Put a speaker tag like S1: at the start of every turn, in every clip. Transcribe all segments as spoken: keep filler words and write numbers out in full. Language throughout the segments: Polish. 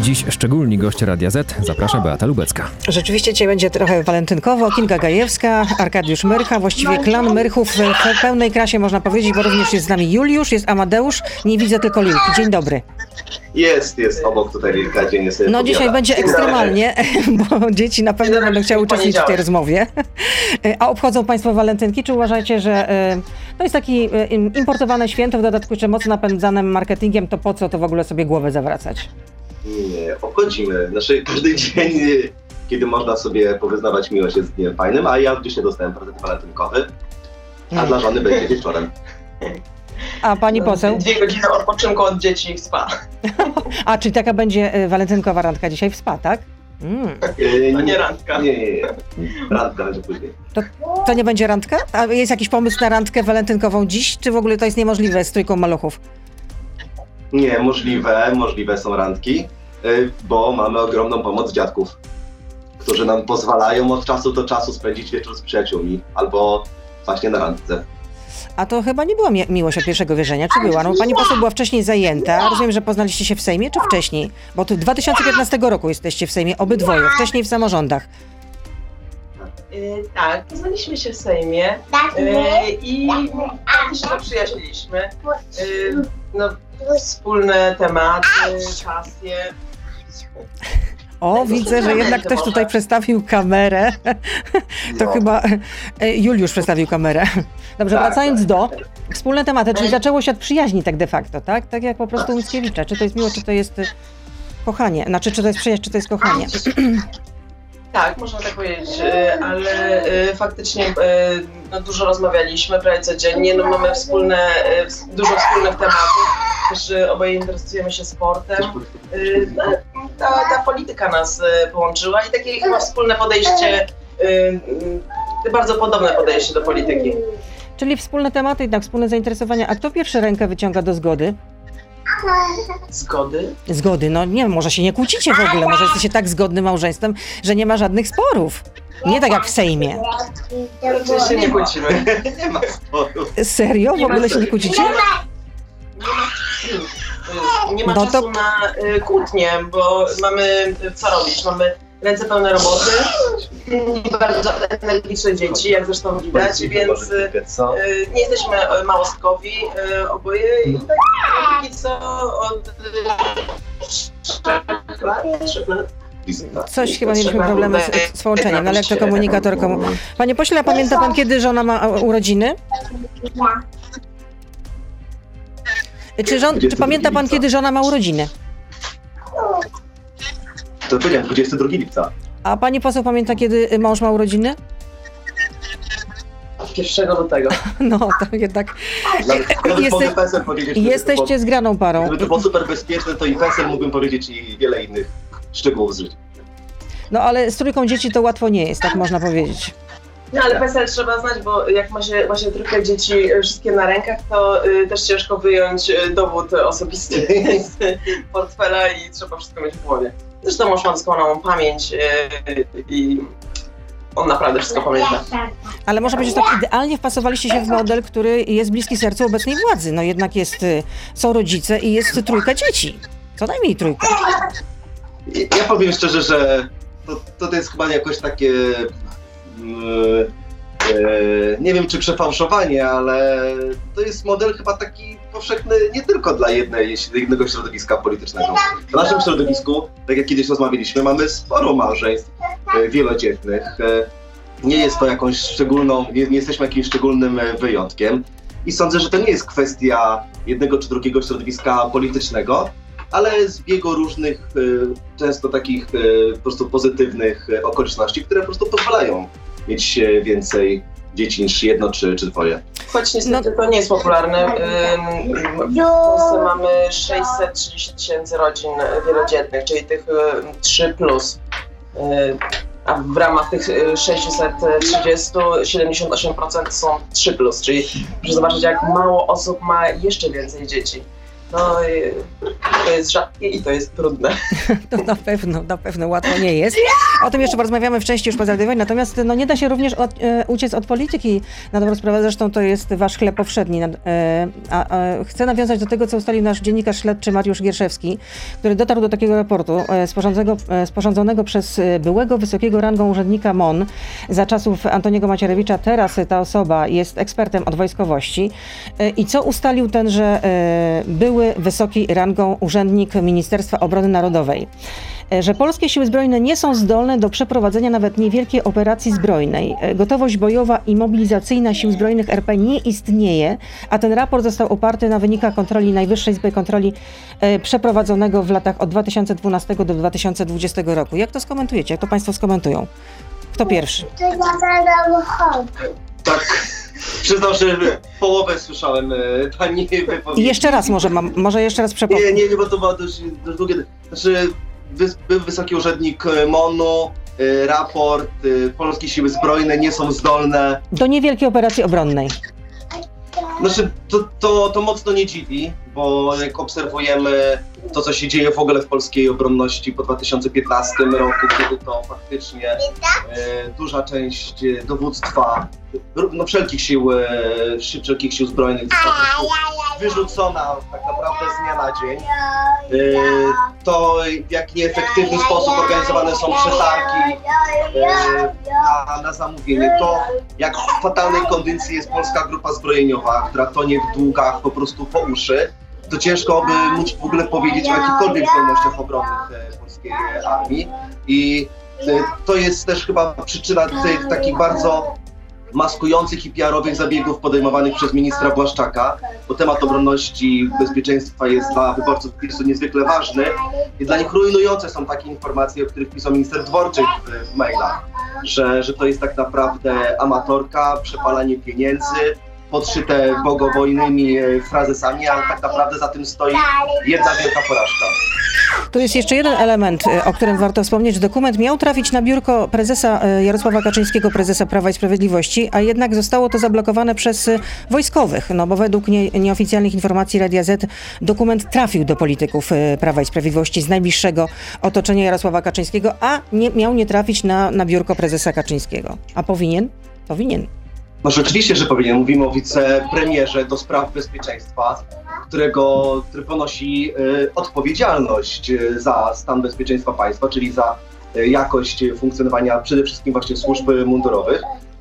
S1: Dziś szczególni goście Radia Z. Zaprasza Beata Lubecka.
S2: Rzeczywiście dzisiaj będzie trochę walentynkowo. Kinga Gajewska, Arkadiusz Myrcha, właściwie klan Myrchów w pełnej krasie można powiedzieć, bo również jest z nami Juliusz, jest Amadeusz. Nie widzę tylko Lilki. Dzień dobry.
S3: Jest, jest obok tutaj Lilka, dzień jest.
S2: No dzisiaj będzie ekstremalnie, bo dzieci na pewno będą chciały uczestniczyć w tej rozmowie. A obchodzą Państwo walentynki? Czy uważacie, że to jest taki importowane święto, w dodatku jeszcze mocno napędzanym marketingiem, to po co to w ogóle sobie głowę zawracać?
S3: Nie, obchodzimy. Znaczy każdy dzień, kiedy można sobie powyznawać miłość, jest dniem fajnym, a ja dzisiaj dostałem prezent walentynkowy, a hmm. dla żony będzie wieczorem.
S2: A pani poseł?
S4: Dwie godziny odpoczynku od dzieci w spa.
S2: A, czyli taka będzie walentynkowa randka dzisiaj w spa, tak?
S4: Mm. To nie randka.
S3: Nie, nie, nie. Randka będzie później.
S2: To, to nie będzie randka? A jest jakiś pomysł na randkę walentynkową dziś, czy w ogóle to jest niemożliwe z trójką maluchów?
S3: Nie, możliwe, możliwe są randki, bo mamy ogromną pomoc dziadków, którzy nam pozwalają od czasu do czasu spędzić wieczór z przyjaciółmi albo właśnie na randce.
S2: A to chyba nie była mi- miłość od pierwszego wejrzenia, czy była? No, pani poseł była wcześniej zajęta. Rozumiem, że poznaliście się w Sejmie, czy wcześniej? Bo od dwa tysiące piętnastego roku jesteście w Sejmie, obydwoje, wcześniej w samorządach.
S4: Yy, tak, poznaliśmy się w Sejmie yy, i się zaprzyjaźniliśmy. Yy, no, wspólne tematy, pasje.
S2: O, widzę, że jednak ktoś tutaj przestawił kamerę. To chyba Juliusz przestawił kamerę. Dobrze, wracając do wspólne tematy, czyli zaczęło się od przyjaźni tak de facto, tak? Tak jak po prostu u Mickiewicza. Czy to jest miłość, czy to jest kochanie? Znaczy, czy to jest przyjaźń, czy to jest kochanie?
S4: Tak, można tak powiedzieć, ale faktycznie no, dużo rozmawialiśmy prawie codziennie, no, mamy wspólne, dużo wspólnych tematów, też oboje interesujemy się sportem. Ta, ta polityka nas połączyła i takie chyba wspólne podejście, bardzo podobne podejście do polityki.
S2: Czyli wspólne tematy, jednak wspólne zainteresowania. A kto pierwszy rękę wyciąga do zgody?
S4: Zgody?
S2: Zgody, no nie wiem, może się nie kłócicie w ogóle, może jesteście tak zgodnym małżeństwem, że nie ma żadnych sporów. Nie tak jak w Sejmie.
S4: Oczywiście nie kłócimy.
S3: Nie ma sporów.
S2: Serio? W ogóle się nie kłócicie?
S4: Nie ma
S2: no
S4: czasu
S2: to...
S4: na y, kłótnie, bo mamy co robić. Mamy ręce pełne roboty, bardzo energiczne dzieci, jak zresztą widać, więc y, nie jesteśmy małostkowi y, oboje i tak póki co od trzech lat, trzech lat.
S2: Coś chyba mieliśmy problemy z, z połączeniem, no ale jak to komunikator komu... Panie pośle, a pamięta pan, kiedy żona ma urodziny? Czy, żon, czy pamięta pan, kiedy żona ma urodziny?
S3: To powiedziałem, dwudziestego drugiego lipca.
S2: A pani poseł pamięta, kiedy mąż ma urodziny?
S4: Pierwszego lutego.
S2: No, to jednak...
S3: Nawet, nawet Jeste... PESEL powiedzieć,
S2: jesteście
S3: było,
S2: zgraną parą.
S3: Gdyby to było super bezpieczne, to i PESEL mógłbym powiedzieć i wiele innych szczegółów z życia.
S2: No ale z trójką dzieci to łatwo nie jest, tak można powiedzieć.
S4: No ale PESEL trzeba znać, bo jak ma się właśnie trójkę dzieci wszystkie na rękach, to y, też ciężko wyjąć y, dowód osobisty z portfela i trzeba wszystko mieć w głowie. Zresztą mąż ma doskonałą pamięć y, i on naprawdę wszystko pamięta.
S2: Ale może być, że tak idealnie wpasowaliście się w model, który jest bliski sercu obecnej władzy. No jednak jest, są rodzice i jest trójka dzieci. Co najmniej trójka.
S3: Ja powiem szczerze, że to, to jest chyba jakoś takie... Yy, yy, nie wiem czy przefałszowanie, ale to jest model chyba taki powszechny nie tylko dla jednej, jednego środowiska politycznego. W naszym środowisku, tak jak kiedyś rozmawialiśmy, mamy sporo małżeństw yy, wielodzietnych. Yy, nie jest to jakąś szczególną, nie, nie jesteśmy jakimś szczególnym wyjątkiem i sądzę, że to nie jest kwestia jednego czy drugiego środowiska politycznego, ale zbiegu różnych, często takich po prostu pozytywnych okoliczności, które po prostu pozwalają mieć więcej dzieci niż jedno czy, czy dwoje.
S4: Choć niestety to nie jest popularne. W Polsce mamy sześćset trzydzieści tysięcy rodzin wielodzietnych, czyli tych trzy plus. A w ramach tych sześćset trzydzieści siedemdziesiąt osiem procent są trzy plus, czyli proszę zobaczyć, jak mało osób ma jeszcze więcej dzieci. no, to jest rzadkie i to jest trudne.
S2: To na pewno, na pewno łatwo nie jest. O tym jeszcze porozmawiamy w części już po zradiowej, natomiast no, nie da się również od, e, uciec od polityki. Na dobrą sprawę, zresztą to jest wasz chleb powszedni. E, a, a, chcę nawiązać do tego, co ustalił nasz dziennikarz śledczy Mariusz Gierszewski, który dotarł do takiego raportu e, sporządzonego, e, sporządzonego przez byłego wysokiego rangą urzędnika M O N za czasów Antoniego Macierewicza. Teraz ta osoba jest ekspertem od wojskowości. E, I co ustalił tenże e, były wysoki rangą urzędnik Ministerstwa Obrony Narodowej? Że polskie siły zbrojne nie są zdolne do przeprowadzenia nawet niewielkiej operacji zbrojnej. Gotowość bojowa i mobilizacyjna sił zbrojnych R P nie istnieje, a ten raport został oparty na wynikach kontroli Najwyższej Izby Kontroli e, przeprowadzonego w latach od dwa tysiące dwunastego do dwa tysiące dwudziestego roku. Jak to skomentujecie? Jak to państwo skomentują? Kto pierwszy?
S3: Tak, przyznam, że połowę słyszałem e, pani wypowiedzi.
S2: I jeszcze raz może, mam, może jeszcze raz przepowiem.
S3: Nie, nie, nie, bo to było dość, dość długie. Znaczy, wy, był wysoki urzędnik M O N-u, y, raport, y, polskie siły zbrojne nie są zdolne.
S2: Do niewielkiej operacji obronnej.
S3: Znaczy, to, to, to mocno nie dziwi, bo jak obserwujemy to, co się dzieje w ogóle w polskiej obronności po dwa tysiące piętnastym roku, kiedy to faktycznie e, duża część dowództwa, no wszelkich sił, e, wszelkich sił zbrojnych została wyrzucona tak naprawdę z dnia na dzień. E, to w jak nieefektywny sposób organizowane są przetargi e, na, na zamówienie, to jak w fatalnej kondycji jest polska grupa zbrojeniowa, która tonie w długach po prostu po uszy, to ciężko by móc w ogóle powiedzieć o jakichkolwiek zdolnościach obronnych e, polskiej armii. I e, to jest też chyba przyczyna tych takich bardzo maskujących i P R-owych zabiegów podejmowanych przez ministra Błaszczaka, bo temat obronności i bezpieczeństwa jest dla wyborców PiS-u niezwykle ważny i dla nich rujnujące są takie informacje, o których pisał minister Dworczyk w, w mailach, że, że to jest tak naprawdę amatorka, przepalanie pieniędzy, podszyte bogobojnymi frazesami, ale tak naprawdę za tym stoi jedna wielka porażka.
S2: Tu jest jeszcze jeden element, o którym warto wspomnieć. Dokument miał trafić na biurko prezesa Jarosława Kaczyńskiego, prezesa Prawa i Sprawiedliwości, a jednak zostało to zablokowane przez wojskowych, no bo według nie, nieoficjalnych informacji Radia Z dokument trafił do polityków Prawa i Sprawiedliwości z najbliższego otoczenia Jarosława Kaczyńskiego, a nie, miał nie trafić na, na biurko prezesa Kaczyńskiego. A powinien? Powinien.
S3: No rzeczywiście, że powinien. Mówimy o wicepremierze do spraw bezpieczeństwa, którego, który ponosi y, odpowiedzialność y, za stan bezpieczeństwa państwa, czyli za y, jakość funkcjonowania przede wszystkim właśnie służb mundurowych.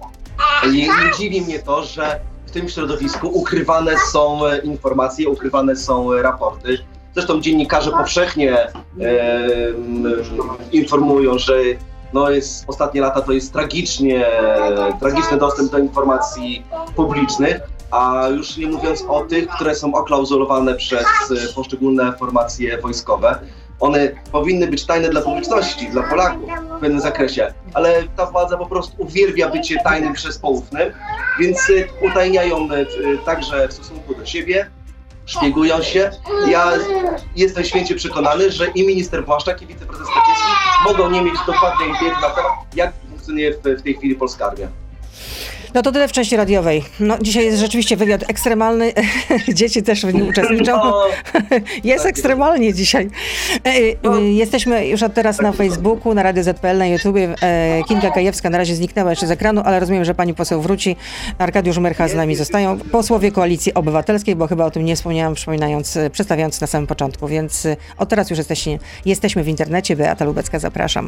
S3: I nie dziwi mnie to, że w tym środowisku ukrywane są informacje, ukrywane są raporty. Zresztą dziennikarze powszechnie y, y, informują, że no jest, ostatnie lata to jest tragicznie, tragiczny dostęp do informacji publicznych, a już nie mówiąc o tych, które są oklauzulowane przez poszczególne formacje wojskowe. One powinny być tajne dla publiczności, dla Polaków w pewnym zakresie, ale ta władza po prostu uwielbia bycie tajnym przez poufnym, więc utajniają także w stosunku do siebie, szpiegują się. Ja jestem święcie przekonany, że i minister Błaszczak, i wiceprezes Kaczyński mogą nie mieć dokładnej wiedzy na temat, jak funkcjonuje w, w tej chwili polska armia.
S2: No to tyle w części radiowej. No dzisiaj jest rzeczywiście wywiad ekstremalny. Dzieci też w nim uczestniczą.
S3: No,
S2: jest ekstremalnie dzisiaj.
S3: No.
S2: Jesteśmy już od teraz na Facebooku, na Radio Z kropka P L, na YouTubie. Kinga Gajewska na razie zniknęła jeszcze z ekranu, ale rozumiem, że pani poseł wróci. Arkadiusz Myrcha z nami zostają. Posłowie Koalicji Obywatelskiej, bo chyba o tym nie wspomniałam, przypominając, przedstawiając na samym początku. Więc od teraz już jesteśmy, jesteśmy w internecie. Beata Lubecka, zapraszam.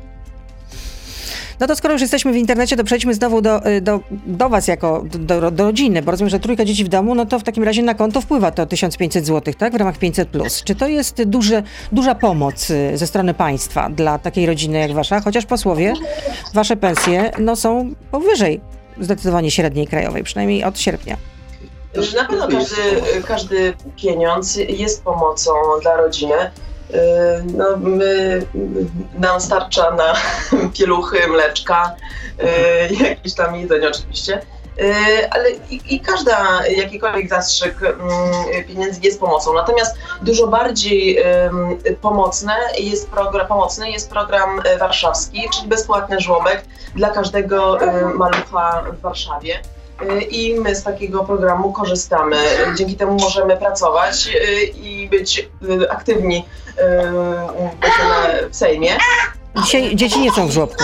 S2: No to skoro już jesteśmy w internecie, to przejdźmy znowu do, do, do was jako do, do rodziny, bo rozumiem, że trójka dzieci w domu, no to w takim razie na konto wpływa to tysiąc pięćset złotych, tak? W ramach pięćset plus. Czy to jest duży, duża pomoc ze strony państwa dla takiej rodziny jak wasza? Chociaż posłowie, wasze pensje no, są powyżej zdecydowanie średniej krajowej, przynajmniej od sierpnia.
S4: Na pewno każdy, każdy pieniądz jest pomocą dla rodziny. No, my, nam starcza na pieluchy, mleczka, jakieś tam jedzenie oczywiście, ale i, i każda, jakikolwiek zastrzyk pieniędzy jest pomocą. Natomiast dużo bardziej pomocne jest program, pomocny jest program warszawski, czyli bezpłatny żłobek dla każdego malucha w Warszawie. i my z takiego programu korzystamy. Dzięki temu możemy pracować i być aktywni w Sejmie.
S2: Dzisiaj dzieci nie są w żłobku.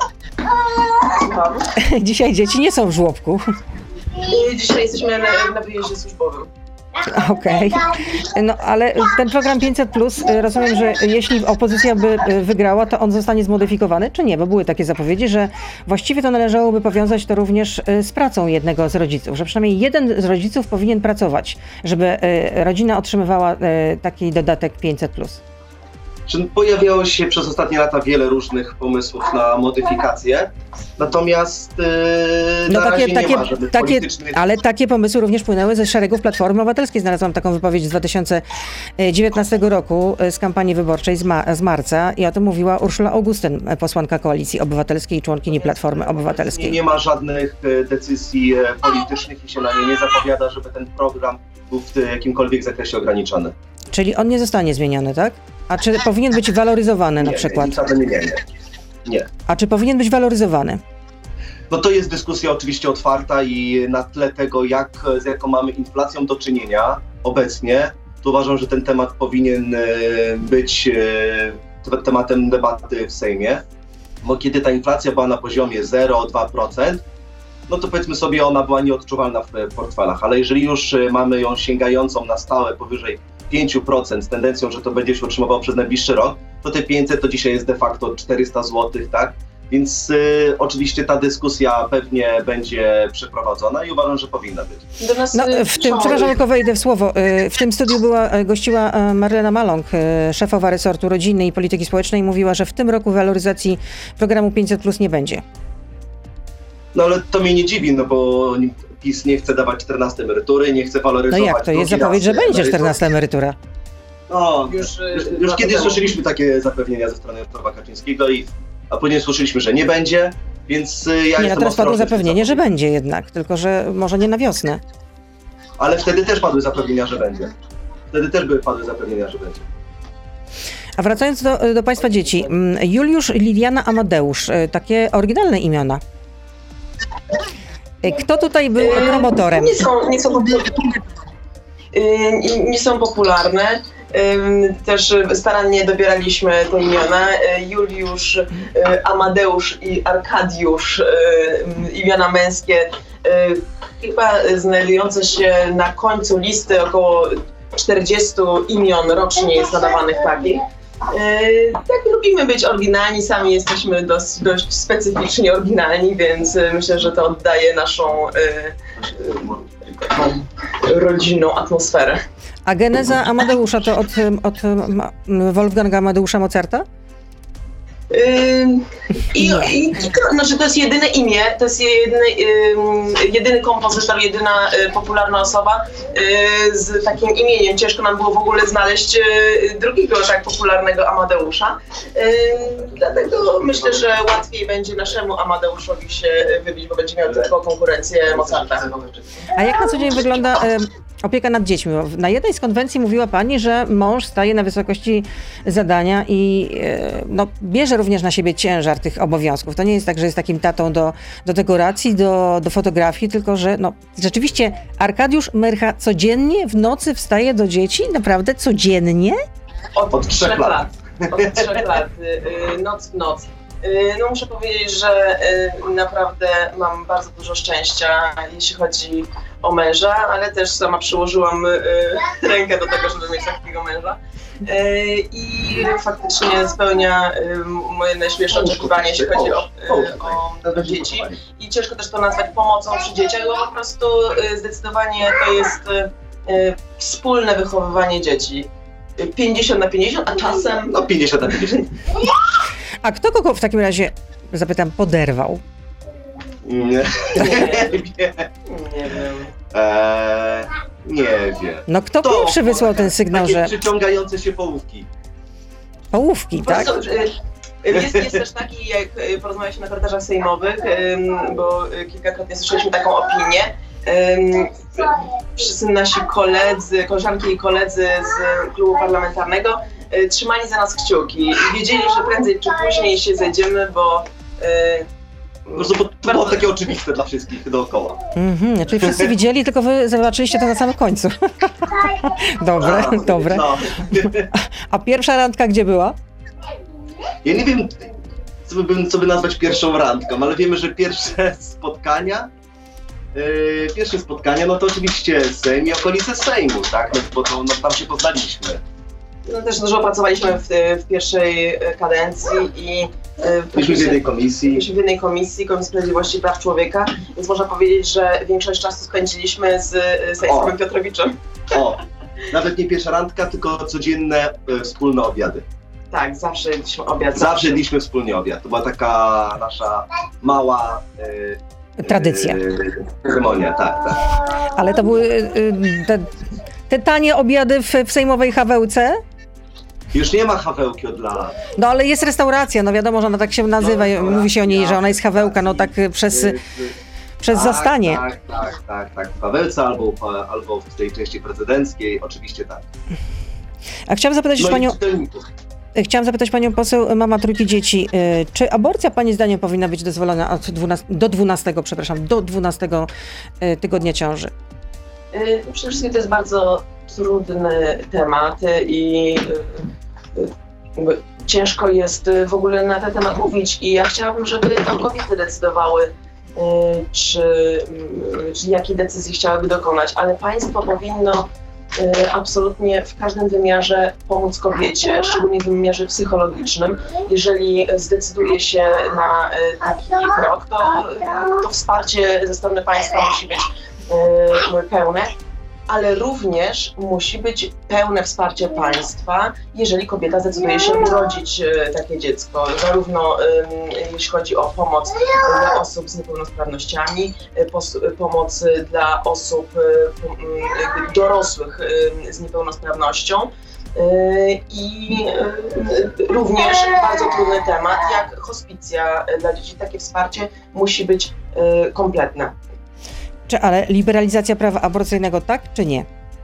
S4: Słucham?
S2: Dzisiaj dzieci nie są w żłobku.
S4: Dzisiaj jesteśmy na, na wyjeździe służbowym.
S2: Okej. Okay. No ale ten program pięćset plus, rozumiem, że jeśli opozycja by wygrała, to on zostanie zmodyfikowany, czy nie? Bo były takie zapowiedzi, że właściwie to należałoby powiązać to również z pracą jednego z rodziców, że przynajmniej jeden z rodziców powinien pracować, żeby rodzina otrzymywała taki dodatek pięćset plus.
S3: Pojawiało się przez ostatnie lata wiele różnych pomysłów na modyfikacje, natomiast yy,
S2: no
S3: na
S2: takie,
S3: razie
S2: takie,
S3: nie ma żadnych
S2: takie,
S3: politycznych...
S2: Ale takie pomysły również płynęły ze szeregów Platformy Obywatelskiej. Znalazłam taką wypowiedź z dwa tysiące dziewiętnastego roku z kampanii wyborczej z, ma, z marca i o tym mówiła Urszula Augustyn, posłanka Koalicji Obywatelskiej i członkini Platformy Obywatelskiej.
S3: Nie, nie ma żadnych decyzji politycznych i się na nie nie zapowiada, żeby ten program był w jakimkolwiek zakresie ograniczony.
S2: Czyli on nie zostanie zmieniony, tak? A czy powinien być waloryzowany na
S3: nie,
S2: przykład?
S3: Nie, nie, nie, nie. nie.
S2: A czy powinien być waloryzowany?
S3: No to jest dyskusja oczywiście otwarta i na tle tego, jak, z jaką mamy inflacją do czynienia obecnie, to uważam, że ten temat powinien być tematem debaty w Sejmie. Bo kiedy ta inflacja była na poziomie zero przecinek dwa procent, no to powiedzmy sobie, ona była nieodczuwalna w portfelach, ale jeżeli już mamy ją sięgającą na stałe powyżej pięć procent z tendencją, że to będzie się utrzymywało przez najbliższy rok, to te pięćset to dzisiaj jest de facto czterysta złotych, tak? Więc y, oczywiście ta dyskusja pewnie będzie przeprowadzona i uważam, że powinna być.
S4: Do nas,
S2: no, w tym, przepraszam, tylko wejdę w słowo. W tym studiu była, gościła Marlena Maląg, szefowa resortu rodziny i polityki społecznej, mówiła, że w tym roku waloryzacji programu pięćset plus nie będzie.
S3: No ale to mnie nie dziwi, no bo PiS nie chce dawać czternastej emerytury, nie chce waloryzować.
S2: No jak to jest zapowiedź, że będzie czternasta emerytura?
S3: No, już, już, już kiedyś słyszeliśmy takie zapewnienia ze strony Jarosława Kaczyńskiego, i, a później słyszeliśmy, że nie będzie, więc ja
S2: nie,
S3: jestem
S2: no teraz padło zapewnienie, że
S3: zapewnienie.
S2: będzie jednak, tylko że może nie na wiosnę.
S3: Ale wtedy też padły zapewnienia, że będzie. Wtedy też były padły zapewnienia, że będzie.
S2: A wracając do, do państwa dzieci, Juliusz, Liliana, Amadeusz, takie oryginalne imiona. Kto tutaj był promotorem?
S4: Nie są, nie są, nie są popularne. Też starannie dobieraliśmy te imiona. Juliusz, Amadeusz i Arkadiusz, imiona męskie, chyba znajdujące się na końcu listy, około czterdziestu imion rocznie jest nadawanych takich. Tak, lubimy być oryginalni, sami jesteśmy dość, dość specyficznie oryginalni, więc myślę, że to oddaje naszą y, y, rodzinną atmosferę.
S2: A geneza Amadeusza to od, od Wolfganga Amadeusza Mozarta?
S4: Yy, i, i, znaczy to jest jedyne imię, to jest jedyny, yy, jedyny kompozytor, jedyna yy, popularna osoba yy, z takim imieniem. Ciężko nam było w ogóle znaleźć yy, drugiego tak popularnego Amadeusza. Yy, dlatego myślę, że łatwiej będzie naszemu Amadeuszowi się wybić, bo będzie miał tylko konkurencję Mozarta.
S2: A jak na co dzień wygląda yy, opieka nad dziećmi? Na jednej z konwencji mówiła pani, że mąż staje na wysokości zadania i yy, no, bierze również na siebie ciężar tych obowiązków. To nie jest tak, że jest takim tatą do, do dekoracji, do, do fotografii, tylko że no, rzeczywiście Arkadiusz Myrcha codziennie w nocy wstaje do dzieci? Naprawdę codziennie?
S4: Od, Od trzech lat. lat. Od trzech lat. Noc w noc. No muszę powiedzieć, że naprawdę mam bardzo dużo szczęścia, jeśli chodzi o męża, ale też sama przyłożyłam rękę do tego, żeby mieć takiego męża. I faktycznie spełnia moje najśmielsze oczekiwania, jeśli chodzi o, o, o dzieci. I ciężko też to nazwać pomocą przy dzieciach, bo po prostu zdecydowanie to jest wspólne wychowywanie dzieci. pięćdziesiąt na pięćdziesiąt, a czasem...
S3: No pięćdziesiąt na pięćdziesiąt.
S2: A kto kogo w takim razie, zapytam, poderwał?
S3: Nie, nie, nie,
S4: nie wiem.
S3: Eee, nie wiem.
S2: No kto
S3: to,
S2: pierwszy wysłał ten sygnał,
S3: takie
S2: że...
S3: przyciągające się połówki.
S2: Połówki, tak?
S4: Jest, jest też taki, jak porozmawialiśmy na korytarzach sejmowych, bo kilkakrotnie słyszeliśmy taką opinię. Wszyscy nasi koledzy, koleżanki i koledzy z klubu parlamentarnego trzymali za nas kciuki i wiedzieli, że prędzej czy później się zejdziemy, bo
S3: Po prostu bo to było takie oczywiste dla wszystkich dookoła.
S2: Mhm, czyli wszyscy widzieli, tylko wy zobaczyliście to na samym końcu. Dobre,
S3: A,
S2: dobre.
S3: No.
S2: A pierwsza randka gdzie była?
S3: Ja nie wiem, co by, co by nazwać pierwszą randką, ale wiemy, że pierwsze spotkania, yy, pierwsze spotkania, no to oczywiście Sejm i okolice Sejmu, tak? No, bo to, no, tam się poznaliśmy.
S4: No też dużo pracowaliśmy w, w pierwszej kadencji i
S3: Byliśmy w jednej komisji.
S4: Byliśmy w jednej komisji, Komisji Sprawiedliwości i Praw Człowieka, więc można powiedzieć, że większość czasu spędziliśmy z Stanisławem Piotrowiczem.
S3: O, nawet nie pierwsza randka, tylko codzienne e, wspólne obiady.
S4: Tak, zawsze jedliśmy obiad.
S3: Zawsze jedliśmy wspólnie obiad. To była taka nasza mała e,
S2: Tradycja.
S3: E, ceremonia, tak, tak.
S2: Ale to były y, te, te tanie obiady w, w sejmowej Hawełce?
S3: Już nie ma Hawełki od lat.
S2: No ale jest restauracja, no wiadomo, że ona tak się nazywa,
S3: No,
S2: mówi się o niej, że ona jest Hawełka, no tak przez,
S3: E,
S2: przez
S3: tak,
S2: zastanie.
S3: Tak, tak, tak, tak. W Hawełce albo, albo w tej części prezydenckiej, oczywiście tak.
S2: A chciałam zapytać
S3: No
S2: panią,
S3: i czytelników.
S2: chciałam zapytać panią poseł, mama trójki dzieci, y, czy aborcja pani zdaniem powinna być dozwolona od dwunastego, do dwunastego, przepraszam, do dwunastego y, tygodnia ciąży?
S4: Yy, Przede wszystkim to jest bardzo trudny temat i yy, jakby ciężko jest w ogóle na ten temat mówić i ja chciałabym, żeby to kobiety decydowały, yy, czy, yy, czy jakiej decyzji chciałyby dokonać, ale państwo powinno yy, absolutnie w każdym wymiarze pomóc kobiecie, szczególnie w wymiarze psychologicznym. Jeżeli zdecyduje się na yy, taki krok, to, to wsparcie ze strony państwa musi być yy, pełne, ale również musi być pełne wsparcie państwa, jeżeli kobieta zdecyduje się urodzić e, takie dziecko, zarówno e, jeśli chodzi o pomoc dla osób z niepełnosprawnościami, e, pos, pomoc dla osób e, po, e, dorosłych e, z niepełnosprawnością e, i e, również bardzo trudny temat jak hospicja dla dzieci. Takie wsparcie musi być e, kompletne.
S2: Czy, ale liberalizacja prawa aborcyjnego tak, czy nie?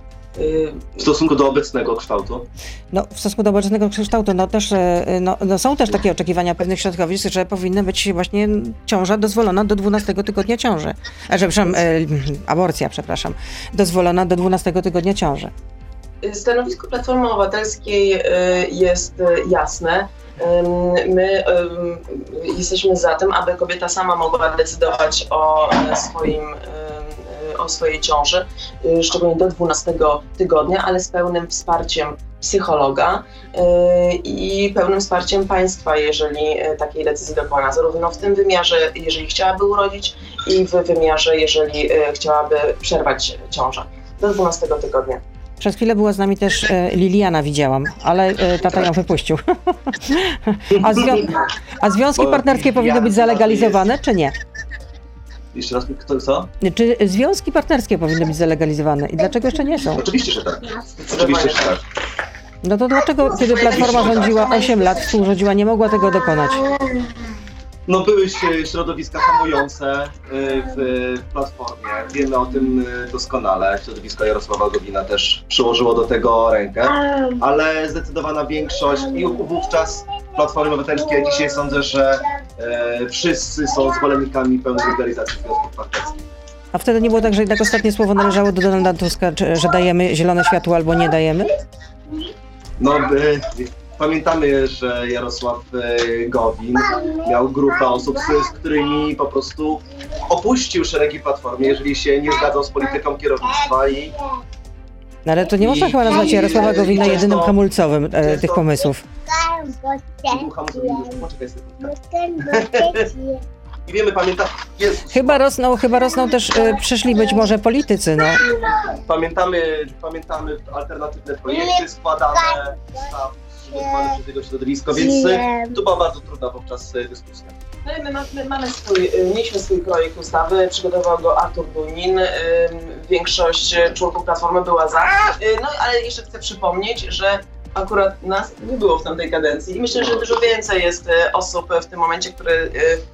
S3: W stosunku do obecnego kształtu?
S2: No, w stosunku do obecnego kształtu, no też, e, no, no są też takie oczekiwania pewnych środowisk, że powinna być właśnie ciąża dozwolona do dwunastego tygodnia ciąży. A, że, przepraszam, e, aborcja, przepraszam, dozwolona do dwunastego tygodnia ciąży.
S4: Stanowisko Platformy Obywatelskiej jest jasne. My jesteśmy za tym, aby kobieta sama mogła decydować o swoim, o swojej ciąży, szczególnie do dwunastego tygodnia, ale z pełnym wsparciem psychologa i pełnym wsparciem państwa, jeżeli takiej decyzji dokona, zarówno w tym wymiarze, jeżeli chciałaby urodzić, i w wymiarze, jeżeli chciałaby przerwać ciążę do dwunastego tygodnia.
S2: Przez chwilę była z nami też e, Liliana, widziałam, ale e, tata ją wypuścił. a, zwią- a związki partnerskie powinny być zalegalizowane, czy nie?
S3: Jeszcze raz, kto, co?
S2: Czy związki partnerskie powinny być zalegalizowane i dlaczego jeszcze nie są?
S3: Oczywiście, że tak. Oczywiście, że tak.
S2: No to dlaczego, kiedy Platforma rządziła osiem lat, współrządziła, nie mogła tego dokonać?
S3: No były środowiska hamujące w Platformie, wiemy o tym doskonale. Środowisko Jarosława Gowina też przyłożyło do tego rękę, ale zdecydowana większość i wówczas Platformy Obywatelskiej, a dzisiaj sądzę, że e, wszyscy są zwolennikami pełnej legalizacji związków partnerskich.
S2: A wtedy nie było tak, że jednak ostatnie słowo należało do Donalda Tuska, czy, że dajemy zielone światło albo nie dajemy?
S3: No, e, pamiętamy, że Jarosław Gowin miał grupę osób, z, z którymi po prostu opuścił szeregi Platformy, jeżeli się nie zgadzał z polityką kierownictwa i
S2: No ale to nie można
S3: I-
S2: chyba nazwać Jarosława
S3: i-
S2: Gowina
S3: i
S2: jedynym
S3: często-
S2: hamulcowym e,
S3: często-
S2: tych pomysłów.
S3: Poczekaj sekundkę. I wiemy, pamiętam, Jezus,
S2: Chyba rosną, chyba rosną też, e, przyszli być może politycy, no.
S3: pamiętamy, pamiętamy alternatywne projekty składane, ustaw przygotowane przez jego środowisko, więc e, to była bardzo trudna wówczas e, dyskusja.
S4: No i my, ma, my mamy swój, mieliśmy swój projekt ustawy, przygotował go Artur Dunin, ym, większość członków Platformy była za, y, no ale jeszcze chcę przypomnieć, że akurat nas nie było w tamtej kadencji i myślę, że dużo więcej jest y, osób w tym momencie, które y,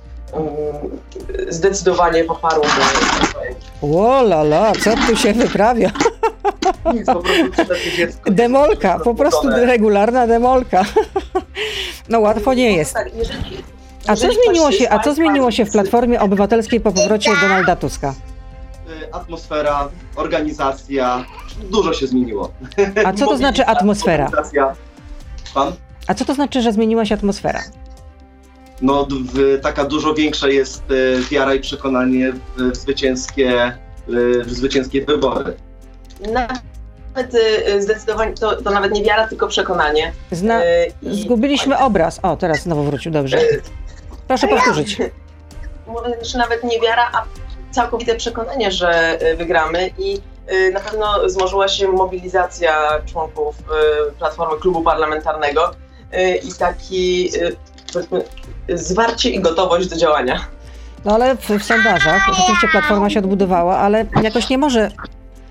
S4: y, zdecydowanie poparły ten projekt.
S2: Ło la la, co tu się wyprawia?
S3: Nic, po prostu takie dziecko.
S2: Demolka, po prostu regularna demolka. No łatwo nie jest.
S4: Tak, jeżeli,
S2: A co
S4: Jeżeli
S2: zmieniło
S4: ktoś
S2: się,
S4: z
S2: a co
S4: państwa
S2: zmieniło się w
S4: chce-
S2: Platformie Obywatelskiej po powrocie Donalda Tuska?
S3: Y, Atmosfera, organizacja, dużo się zmieniło.
S2: A co to znaczy atmosfera?
S3: Organizacja. Pan?
S2: A co to znaczy, że zmieniła się atmosfera?
S3: No, w, taka dużo większa jest y, wiara i przekonanie w, w, zwycięskie, y, w zwycięskie wybory.
S4: Nawet y, zdecydowanie, to, to nawet nie wiara, tylko przekonanie.
S2: Zna...
S4: Y, i-
S2: Zgubiliśmy obraz. O, teraz znowu wrócił, dobrze. Proszę powtórzyć.
S4: Mówię, że nawet nie wiara, a całkowite przekonanie, że y, wygramy i y, na pewno złożyła się mobilizacja członków y, Platformy Klubu Parlamentarnego y, i taki y, powiedzmy, zwarcie i gotowość do działania.
S2: No ale w, w sondażach, rzeczywiście Platforma się odbudowała, ale jakoś nie może y,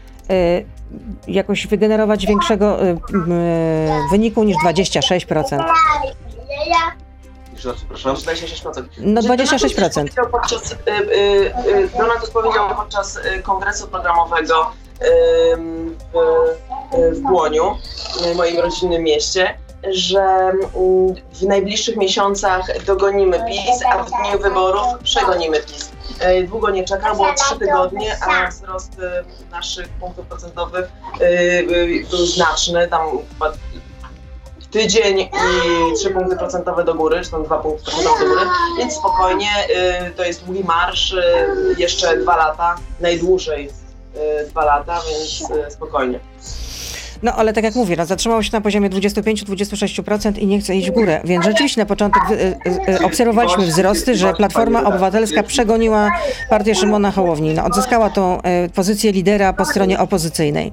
S2: jakoś wygenerować większego y, y, wyniku niż dwadzieścia sześć procent.
S3: Jeszcze raz przepraszam.
S4: dwadzieścia sześć procent.
S2: No dwadzieścia sześć procent.
S4: Donald Tusk powiedział podczas, y, y, y, Donald Tusk powiedział podczas y, kongresu programowego y, w, y, w Błoniu, w moim rodzinnym mieście, że y, w najbliższych miesiącach dogonimy PiS, a w dniu wyborów przegonimy PiS. Y, Długo nie czekał, było trzy tygodnie, a wzrost y, naszych punktów procentowych y, y, był znaczny. Tam chyba tydzień i trzy punkty procentowe do góry, czy tam dwa punkty procentowe do góry, więc spokojnie, y, to jest długi marsz, y, jeszcze dwa lata, najdłużej y, dwa lata, więc y, spokojnie.
S2: No ale tak jak mówię, no, zatrzymało się na poziomie dwadzieścia pięć do dwudziestu sześciu procent i nie chce iść w górę, więc rzeczywiście na początek y, y, y, obserwowaliśmy wzrosty, że Platforma Obywatelska przegoniła partię Szymona Hołowni, no, odzyskała tą y, pozycję lidera po stronie opozycyjnej.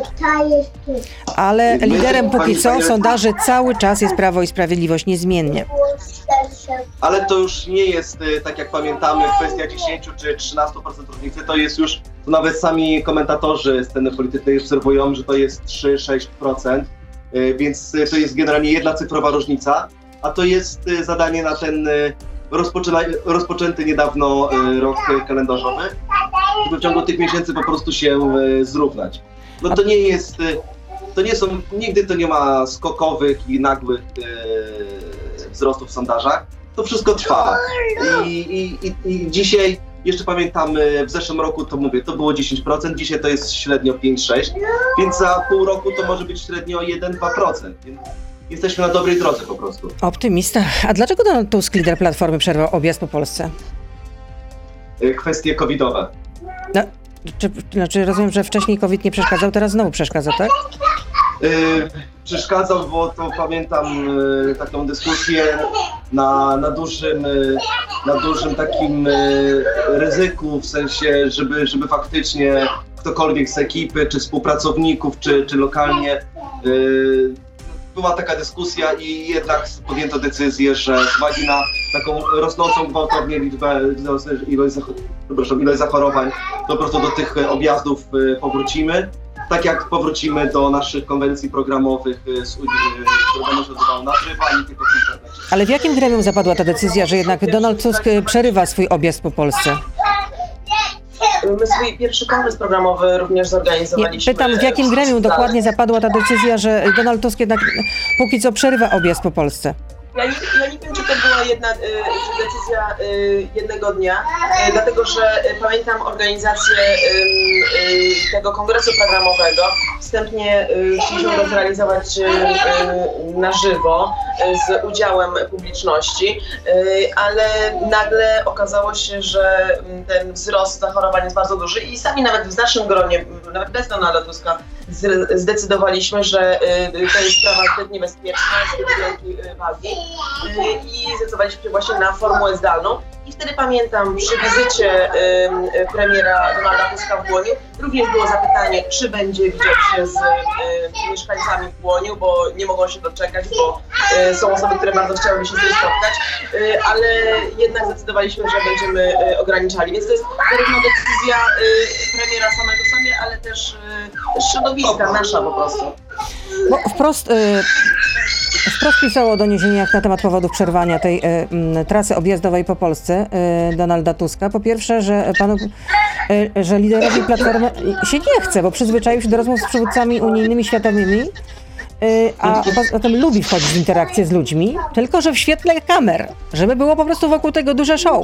S2: Ale liderem póki co sondaży cały czas jest Prawo i Sprawiedliwość, niezmiennie.
S3: Ale to już nie jest, y, tak jak pamiętamy, kwestia dziesięć czy trzynaście procent różnicy, to jest już, to nawet sami komentatorzy sceny politycznej obserwują, że to jest trzy do sześciu procent, y, więc y, to jest generalnie jedna cyfrowa różnica, a to jest y, zadanie na ten y, rozpoczyna, rozpoczęty niedawno y, rok kalendarzowy, żeby w ciągu tych miesięcy po prostu się y, zrównać. No to nie jest, y, to nie są, nigdy to nie ma skokowych i nagłych y, wzrostów w sondażach. To wszystko trwa. I, i, i, i dzisiaj, jeszcze pamiętamy, w zeszłym roku to mówię, to było dziesięć procent, dzisiaj to jest średnio pięć do sześciu procent, więc za pół roku to może być średnio jeden do dwóch procent. Więc jesteśmy na dobrej drodze po prostu.
S2: Optymista. A dlaczego Donald Tusk, lider Platformy, przerwał objazd po Polsce?
S3: Y, Kwestie covidowe.
S2: No, czy, znaczy rozumiem, że wcześniej COVID nie przeszkadzał, teraz znowu przeszkadza, tak?
S3: Yy, przeszkadzał, bo to pamiętam yy, taką dyskusję na, na, dużym, yy, na dużym takim yy, ryzyku, w sensie, żeby, żeby faktycznie ktokolwiek z ekipy, czy współpracowników, czy, czy lokalnie yy, była taka dyskusja i jednak podjęto decyzję, że z uwagi na taką rosnącą gwałtownie liczbę, ilość, przepraszam, ilość zachorowań, to po prostu do tych objazdów yy, powrócimy. Tak jak powrócimy do naszych konwencji programowych, z Unii, które będą się odbywały na żywo, a nie tylko w internecie.
S2: Ale w jakim gremium zapadła ta decyzja, że jednak Donald Tusk przerywa swój objazd po Polsce?
S4: My swój pierwszy kongres programowy również
S2: Nie,
S4: zorganizowaliśmy.
S2: pytam, w jakim gremium dokładnie zapadła ta decyzja, że Donald Tusk jednak póki co przerywa objazd po Polsce?
S4: Ja nie, ja nie wiem, czy to była jedna y, czy decyzja y, jednego dnia, y, dlatego że y, pamiętam organizację y, y, tego kongresu programowego. Wstępnie y, chcieliśmy go zrealizować y, y, na żywo, y, z udziałem publiczności, y, ale nagle okazało się, że y, ten wzrost zachorowań jest bardzo duży i sami nawet w naszym gronie, nawet bez Donalda Tuska, z, zdecydowaliśmy, że y, to jest sprawa zbyt niebezpieczna, zbyt wielkiej y, wagi. I zdecydowaliśmy się właśnie na formułę zdalną. I wtedy pamiętam, przy wizycie y, premiera Donalda Tuska w Błoniu również było zapytanie, czy będzie widział się z y, mieszkańcami w Błoniu, bo nie mogą się doczekać, bo y, są osoby, które bardzo chciałyby się z tym spotkać, y, ale jednak zdecydowaliśmy, że będziemy y, ograniczali. Więc to jest zarówno decyzja y, premiera samego sobie, ale też y, środowiska, nasza po prostu.
S2: Bo wprost, y, wprost pisało o doniesieniach na temat powodów przerwania tej y, y, trasy objazdowej po Polsce y, Donalda Tuska. Po pierwsze, że panu, y, że liderowi Platformy się nie chce, bo przyzwyczaił się do rozmów z przywódcami unijnymi, światowymi y, a poza tym lubi wchodzić w interakcję z ludźmi, tylko że w świetle kamer, żeby było po prostu wokół tego duże show.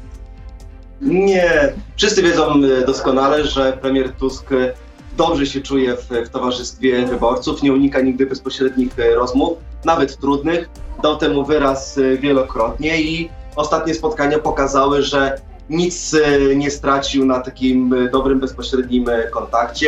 S3: Nie, wszyscy wiedzą e, doskonale, że premier Tusk e, dobrze się czuje w, w towarzystwie wyborców, nie unika nigdy bezpośrednich e, rozmów, nawet trudnych. Dał temu wyraz e, wielokrotnie i ostatnie spotkania pokazały, że nic e, nie stracił na takim e, dobrym, bezpośrednim e, kontakcie,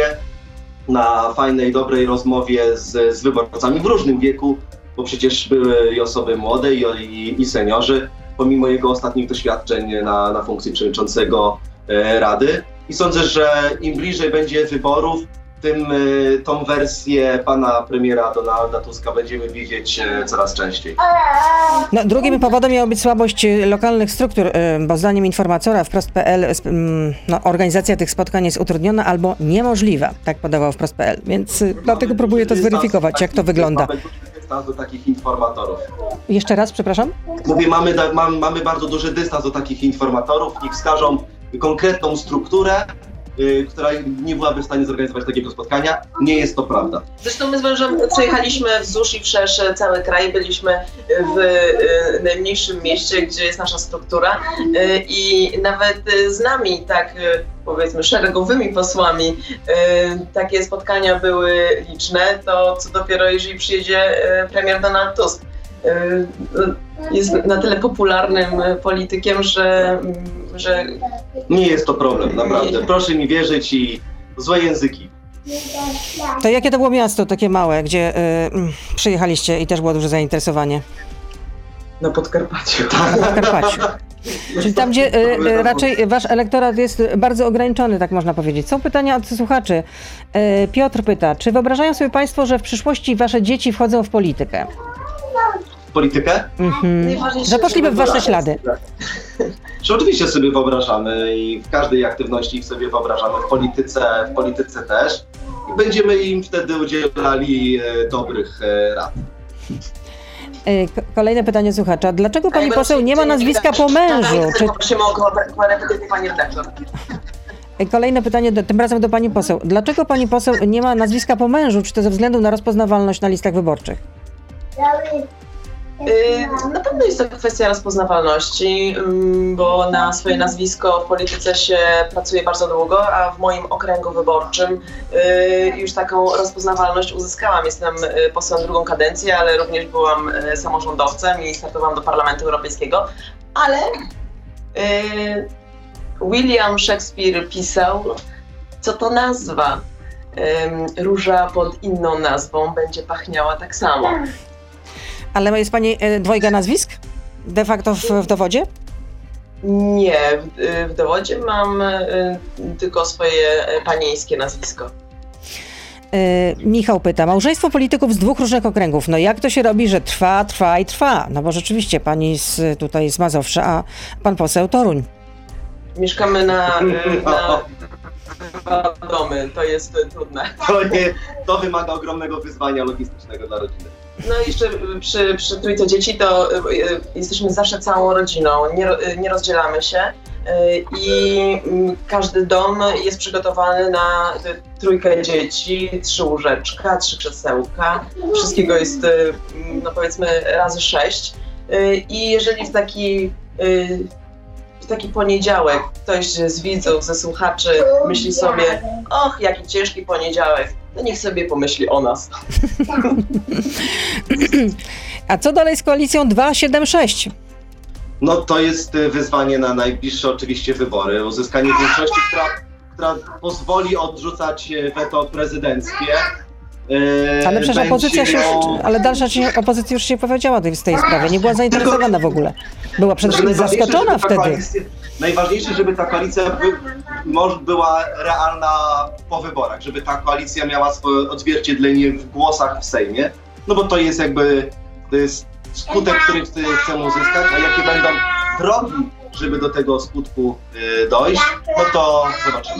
S3: na fajnej, dobrej rozmowie z, z wyborcami w różnym wieku, bo przecież były i osoby młode, i, i, i seniorzy, pomimo jego ostatnich doświadczeń na, na funkcji przewodniczącego e, Rady. I sądzę, że im bliżej będzie wyborów, tym e, tą wersję pana premiera Donalda Tuska będziemy widzieć e, coraz częściej.
S2: No, drugim powodem miała być słabość e, lokalnych struktur, e, bo zdaniem informatora wprost kropka p l sp- m, no, organizacja tych spotkań jest utrudniona albo niemożliwa, tak podawał wprost kropka p l, więc e, dlatego próbuję to zweryfikować, jak to wygląda.
S3: Mamy duży dystans do takich informatorów.
S2: Jeszcze raz, przepraszam?
S3: Mówię, mamy, da, mam, mamy bardzo duży dystans do takich informatorów, niech wskażą konkretną strukturę, y, która nie byłaby w stanie zorganizować takiego spotkania. Nie jest to prawda.
S4: Zresztą my z mężem przejechaliśmy wzdłuż i wszerz cały kraj, byliśmy w y, najmniejszym mieście, gdzie jest nasza struktura y, i nawet y, z nami, tak y, powiedzmy szeregowymi posłami, y, takie spotkania były liczne, to co dopiero jeżeli przyjedzie y, premier Donald Tusk. Y, jest na tyle popularnym politykiem, że, że...
S3: Nie jest to problem, naprawdę. Proszę mi wierzyć i złe języki.
S2: To jakie to było miasto takie małe, gdzie y, przyjechaliście i też było duże zainteresowanie?
S4: Na Podkarpaciu.
S2: Na Podkarpaciu. Czyli tam, gdzie y, y, raczej wasz elektorat jest bardzo ograniczony, tak można powiedzieć. Są pytania od słuchaczy. Y, Piotr pyta, czy wyobrażają sobie państwo, że w przyszłości wasze dzieci wchodzą w politykę?
S3: Politykę?
S2: Mhm.
S4: Najważniejsze,
S2: Że poszliby w
S4: żeby
S2: wasze
S4: była-
S2: ślady.
S3: Że oczywiście sobie wyobrażamy i w każdej aktywności ich sobie wyobrażamy, w polityce, w polityce też. I będziemy im wtedy udzielali e, dobrych e, rad.
S2: Y, k- Kolejne pytanie słuchacza. Dlaczego pani
S4: Ale
S2: poseł nie ma nazwiska po mężu? Czy,
S4: Prosimy o korepetycję, pani redaktor.
S2: y, kolejne pytanie, do, tym razem do pani poseł. Dlaczego pani poseł nie ma nazwiska po mężu? Czy to ze względu na rozpoznawalność na listach wyborczych?
S4: Yy, Na pewno jest to kwestia rozpoznawalności, ym, bo na swoje nazwisko w polityce się pracuje bardzo długo, a w moim okręgu wyborczym yy, już taką rozpoznawalność uzyskałam. Jestem yy, posłem drugą kadencję, ale również byłam yy, samorządowcem i startowałam do Parlamentu Europejskiego, ale yy, William Shakespeare pisał, co to nazwa. Yy, Róża pod inną nazwą będzie pachniała tak samo.
S2: Ale jest pani y, dwojga nazwisk? De facto w, w dowodzie?
S4: Nie, w, w dowodzie mam y, tylko swoje y, panieńskie nazwisko.
S2: Y, Michał pyta, małżeństwo polityków z dwóch różnych okręgów, no jak to się robi, że trwa, trwa i trwa? No bo rzeczywiście pani z, tutaj z Mazowsza, a pan poseł Toruń.
S4: Mieszkamy na, y, na dwa domy, to jest y, trudne.
S3: To, nie, to wymaga ogromnego wyzwania logistycznego dla rodziny.
S4: No i jeszcze y, przy, przy trójce dzieci to y, y, jesteśmy zawsze całą rodziną, nie, ro- y, nie rozdzielamy się y, i y, każdy dom jest przygotowany na y, trójkę dzieci, trzy łóżeczka, trzy krzesełka, wszystkiego jest y, no powiedzmy razy sześć y, i jeżeli w taki y, w taki poniedziałek ktoś z widzów, ze słuchaczy myśli sobie, och, jaki ciężki poniedziałek, to niech sobie pomyśli o nas.
S2: A co dalej z koalicją dwa siedem sześć?
S3: No to jest y, wyzwanie na najbliższe oczywiście wybory. Uzyskanie większości, która, która pozwoli odrzucać y, weto prezydenckie. Y,
S2: Ale przecież
S3: będzie
S2: opozycja się,
S3: miał-
S2: ale dalsza część opozycji już się powiedziała w tej sprawie, nie była zainteresowana w ogóle. Była przede wszystkim
S3: Najważniejsze,
S2: zaskoczona
S3: żeby ta
S2: wtedy.
S3: koalicja- Najważniejsze, żeby ta koalicja by, może była realna po wyborach, żeby ta koalicja miała swoje odzwierciedlenie w głosach w Sejmie, no bo to jest jakby, to jest skutek, który chce- chcemy uzyskać, a jakie będą drogi, żeby do tego skutku y, dojść, no to zobaczymy.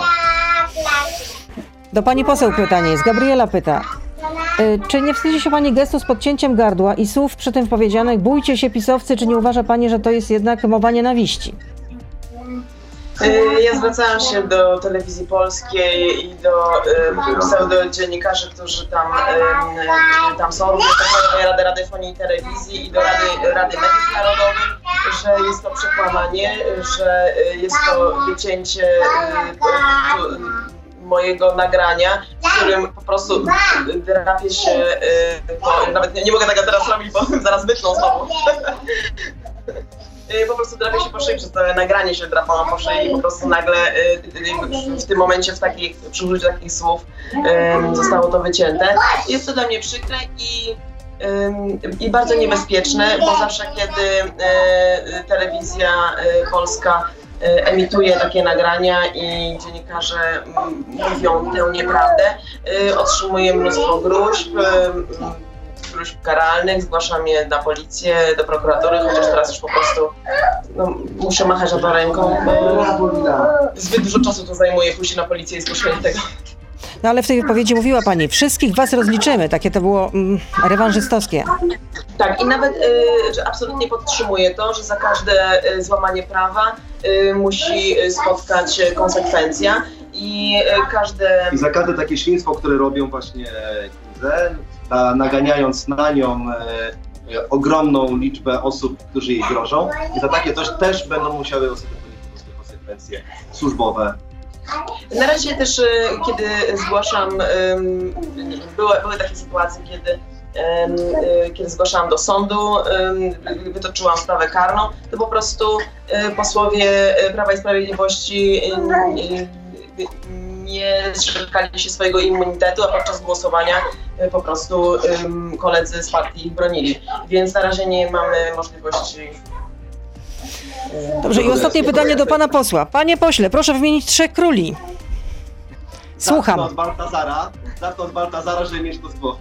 S2: Do pani poseł pytanie jest. Gabriela pyta, y, czy nie wstydzi się pani gestu z podcięciem gardła i słów przy tym powiedzianych, bójcie się pisowcy, czy nie uważa pani, że to jest jednak mowa nienawiści?
S4: Y, Ja zwracałam się do Telewizji Polskiej i do y, pseudodziennikarzy, którzy tam, y, tam są, również do Krajowej Rady Radiofonii i Telewizji i do Rady, Rady Mediów Narodowych, że jest to przekłamanie, że y, jest to wycięcie y, y, mojego nagrania, w którym po prostu drapię się, y, po, nawet nie, nie mogę tego teraz robić, bo zaraz wytną znowu. Y, Po prostu drapię się po szyi, przez to nagranie się drapałam po szyi i po prostu nagle y, y, w tym momencie, w takich, przy użyciu takich słów y, zostało to wycięte. Jest to dla mnie przykre i, y, i bardzo niebezpieczne, bo zawsze kiedy y, telewizja y, polska y, emituje takie nagrania i dziennikarze y, mówią tę nieprawdę, y, otrzymuję mnóstwo gruźb, y, gruźb karalnych, zgłaszam je na policję, do prokuratury, chociaż teraz już po prostu no, muszę machać na to ręką, bo zbyt dużo czasu to zajmuje pójście na policję i zgłoszenie tego.
S2: No ale w tej wypowiedzi mówiła pani, wszystkich was rozliczymy, takie to było mm, rewanżystowskie.
S4: Tak, i nawet y, że absolutnie podtrzymuję to, że za każde y, złamanie prawa y, musi spotkać y, konsekwencja i y, każde...
S3: I za każde takie świństwo, które robią właśnie Kingze, na, naganiając na nią e, e, ogromną liczbę osób, którzy jej grożą, i za takie coś też będą musiały osoby ponieść swoje konsekwencje służbowe.
S4: Na razie też, y, kiedy zgłaszam, ym, były, były takie sytuacje, kiedy, ym, y, kiedy zgłaszałam do sądu, ym, wytoczyłam sprawę karną, to po prostu y, posłowie Prawa i Sprawiedliwości y, y, nie zrzekali się swojego immunitetu, a podczas głosowania y, po prostu ym, koledzy z partii ich bronili. Więc na razie nie mamy możliwości.
S2: Dobrze, i ostatnie pytanie do pana posła. Panie pośle, proszę wymienić trzech króli. Słucham.
S3: Zacznę od Baltazara, zacznę od Baltazara, żeby mieć to z głowy.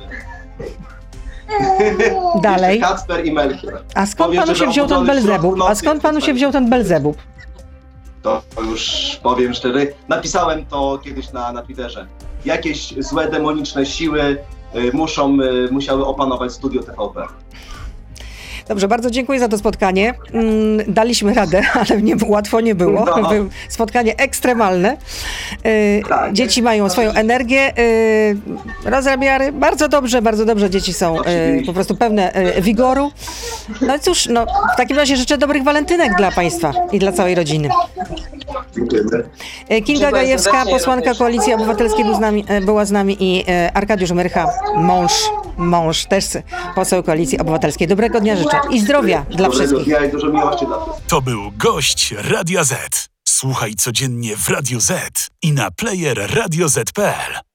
S2: Dalej.
S3: Jeszcze Kacper i Melchior.
S2: A skąd
S3: Powiem,
S2: panu
S3: że
S2: się wziął ten
S3: obudzony w środku
S2: Belzebub? A
S3: nocy
S2: skąd panu
S3: jestem
S2: się wziął ten Belzebub?
S3: To już powiem szczerze, napisałem to kiedyś na, na Twitterze. Jakieś złe, demoniczne siły y, muszą, y, musiały opanować studio T V P.
S2: Dobrze, bardzo dziękuję za to spotkanie. Mm, Daliśmy radę, ale nie, łatwo nie było.
S3: No.
S2: Było spotkanie ekstremalne. Yy,
S3: Tak.
S2: Dzieci mają swoją energię, yy, rozrabiary. Bardzo dobrze, bardzo dobrze. Dzieci są yy,
S3: Oczywiście.
S2: po prostu pełne yy, wigoru. No i cóż, no, w takim razie życzę dobrych walentynek dla państwa i dla całej rodziny.
S3: Dziękujemy.
S2: Yy, Kinga
S4: Dziękuję
S2: Gajewska,
S4: serdecznie
S2: posłanka
S4: również.
S2: Koalicji Obywatelskiej był z nami, yy, była z nami i yy, Arkadiusz Myrcha, mąż, mąż też poseł Koalicji Obywatelskiej. Dobrego dnia życzę i zdrowia dla
S3: Dobrego
S2: wszystkich.
S3: dnia i dużo miłości dla wszystkich.
S5: To był gość Radia Z. Słuchaj codziennie w Radio Z i na player radio zet kropka pe el.